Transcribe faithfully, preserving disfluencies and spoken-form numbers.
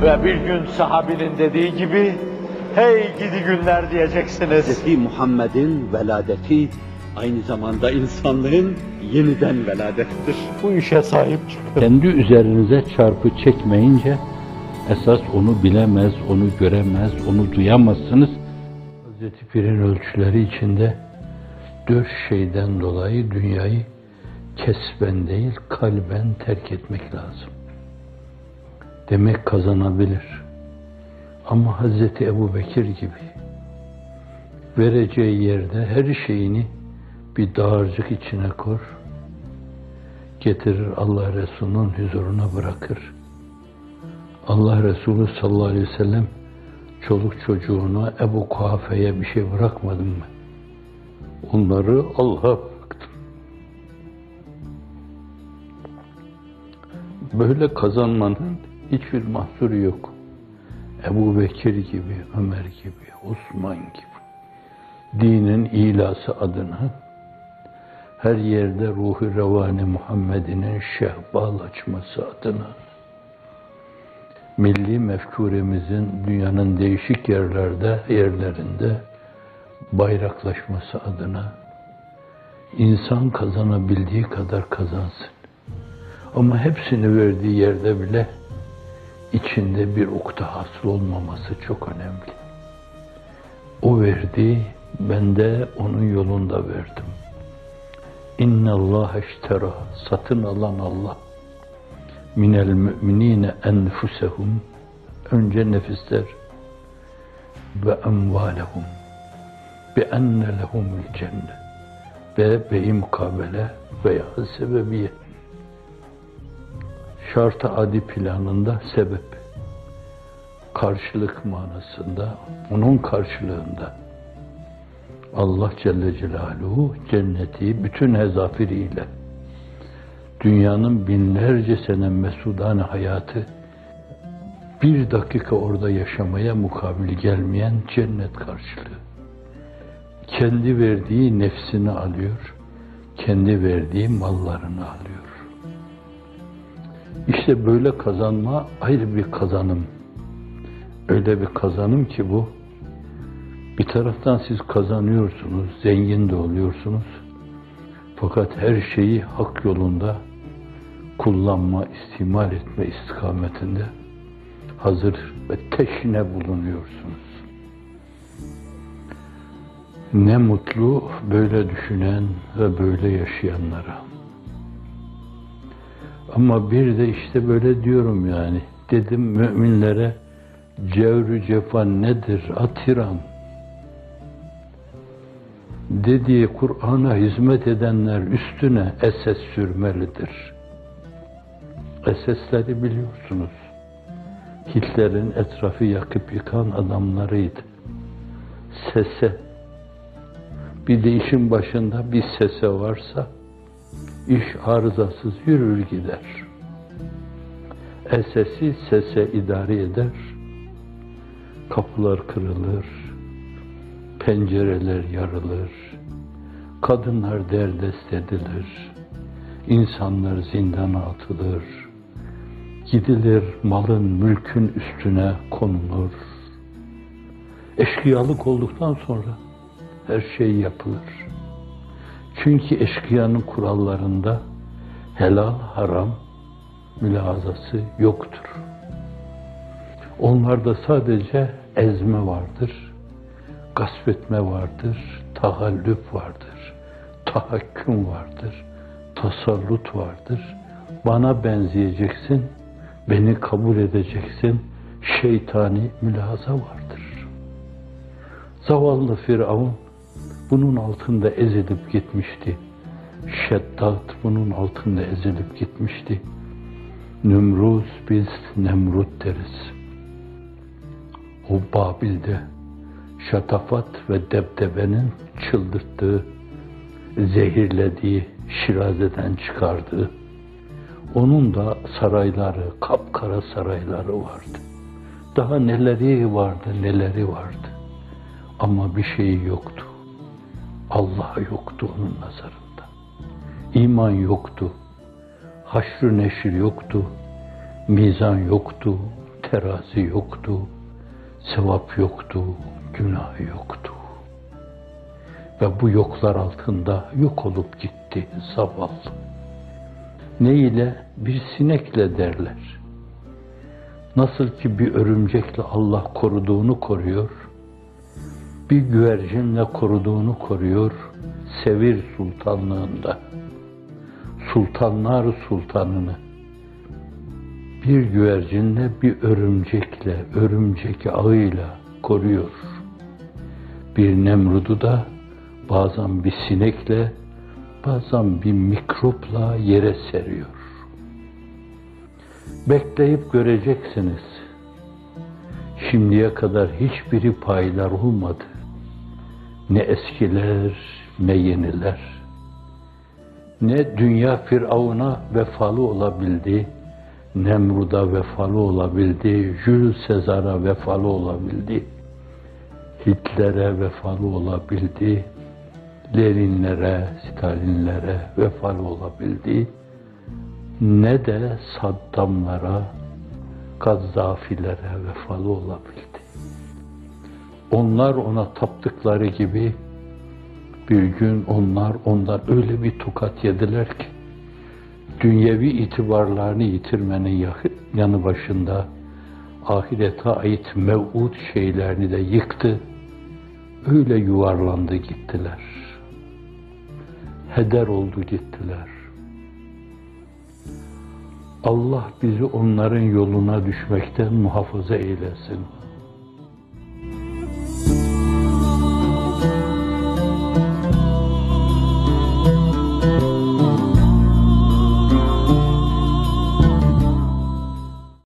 Ve bir gün sahabinin dediği gibi, hey gidi günler diyeceksiniz. Hz. Muhammed'in veladeti aynı zamanda insanlığın yeniden veladettir. Bu işe sahip çıkın. Kendi üzerinize çarpı çekmeyince, esas onu bilemez, onu göremez, onu duyamazsınız. Hazreti Pir'in ölçüleri içinde dört şeyden dolayı dünyayı kesben değil, kalben terk etmek lazım. Demek kazanabilir. Ama Hazreti Ebubekir gibi vereceği yerde her şeyini bir dağarcık içine kor, getirir Allah Resulü'nün huzuruna bırakır. Allah Resulü sallallahu aleyhi ve sellem çoluk çocuğuna, Ebu Kuhafe'ye bir şey bırakmadın mı? Onları Allah'a bıraktım. Böyle kazanmanın hiçbir mahsuru yok. Ebu Bekir gibi, Ömer gibi, Osman gibi dinin ilası adına her yerde ruhu revani Muhammed'inin şehbal açması adına, milli mefkuremizin dünyanın değişik yerlerde, yerlerinde bayraklaşması adına insan kazanabildiği kadar kazansın. Ama hepsini verdiği yerde bile içinde bir ukde hasıl olmaması çok önemli. O verdi, ben de onun yolunda verdim. İnne Allah iştera, satın alan Allah. Minel müminine enfusehum, önce nefisler ve emvalehum bi enne lehumul cennet ve beyi mukabele veya sebebiye. Şart-ı adi planında sebep, karşılık manasında, onun karşılığında Allah Celle Celaluhu cenneti bütün hezafiriyle, dünyanın binlerce sene mesudane hayatı, bir dakika orada yaşamaya mukabil gelmeyen cennet karşılığı. Kendi verdiği nefsini alıyor, kendi verdiği mallarını alıyor. İşte böyle kazanma ayrı bir kazanım. Öyle bir kazanım ki bu, bir taraftan siz kazanıyorsunuz, zengin de oluyorsunuz. Fakat her şeyi hak yolunda kullanma, istimal etme istikametinde hazır ve teşne bulunuyorsunuz. Ne mutlu böyle düşünen ve böyle yaşayanlara. Ama bir de işte böyle diyorum yani, dedim müminlere cevr-ü cefa nedir atiran? Dediği Kur'an'a hizmet edenler üstüne eses sürmelidir. Esesleri biliyorsunuz. Hitler'in etrafı yakıp yıkan adamlarıydı. Sese, bir de işin başında bir sese varsa, iş arızasız yürür gider. Esesi sese idare eder, kapılar kırılır, pencereler yarılır, kadınlar derdest edilir, insanlar zindana atılır, gidilir malın, mülkün üstüne konulur. Eşkıyalık olduktan sonra her şey yapılır. Çünkü eşkıyanın kurallarında helal, haram mülahazası yoktur. Onlarda sadece ezme vardır, gasp etme vardır, tahallüp vardır, tahakküm vardır, tasallut vardır. Bana benzeyeceksin, beni kabul edeceksin, şeytani mülahaza vardır. Zavallı Firavun bunun altında ezilip gitmişti. Şeddat bunun altında ezilip gitmişti. Nümruz, biz Nemrut deriz. O Babil'de şatafat ve debdebenin çıldırttığı, zehirlediği, şirazeden çıkardığı, onun da sarayları, kapkara sarayları vardı. Daha neleri vardı, neleri vardı. Ama bir şeyi yoktu. Allah yoktu onun nazarında. İman yoktu. Haşr-ı neşir yoktu. Mizan yoktu. terazi yoktu, sevap yoktu, günah yoktu. Ve bu yoklar altında yok olup gitti zavallı. Ne ile? Bir sinekle derler. Nasıl ki bir örümcekle Allah koruduğunu koruyor, bir güvercinle koruduğunu koruyor, Sevir sultanlığında. Sultanlar sultanını bir güvercinle, bir örümcekle, örümcek ağıyla koruyor. Bir Nemrud'u da bazen bir sinekle, bazen bir mikropla yere seriyor. Bekleyip göreceksiniz. Şimdiye kadar hiçbiri payidar olmadı. Ne eskiler, ne yeniler. Ne dünya Firavun'a vefalı olabildi, Nemrud'a vefalı olabildi, Jules Sezar'a vefalı olabildi, Hitler'e vefalı olabildi, Leninlere, Stalinlere vefalı olabildi, ne de Saddamlara, Gazzafilere vefalı olabildi. Onlar ona taptıkları gibi bir gün onlar ondan öyle bir tokat yediler ki dünyevi itibarlarını yitirmenin yanı başında ahirete ait mev'ud şeylerini de yıktı. Öyle yuvarlandı gittiler. Heder oldu gittiler. Allah bizi onların yoluna düşmekten muhafaza eylesin.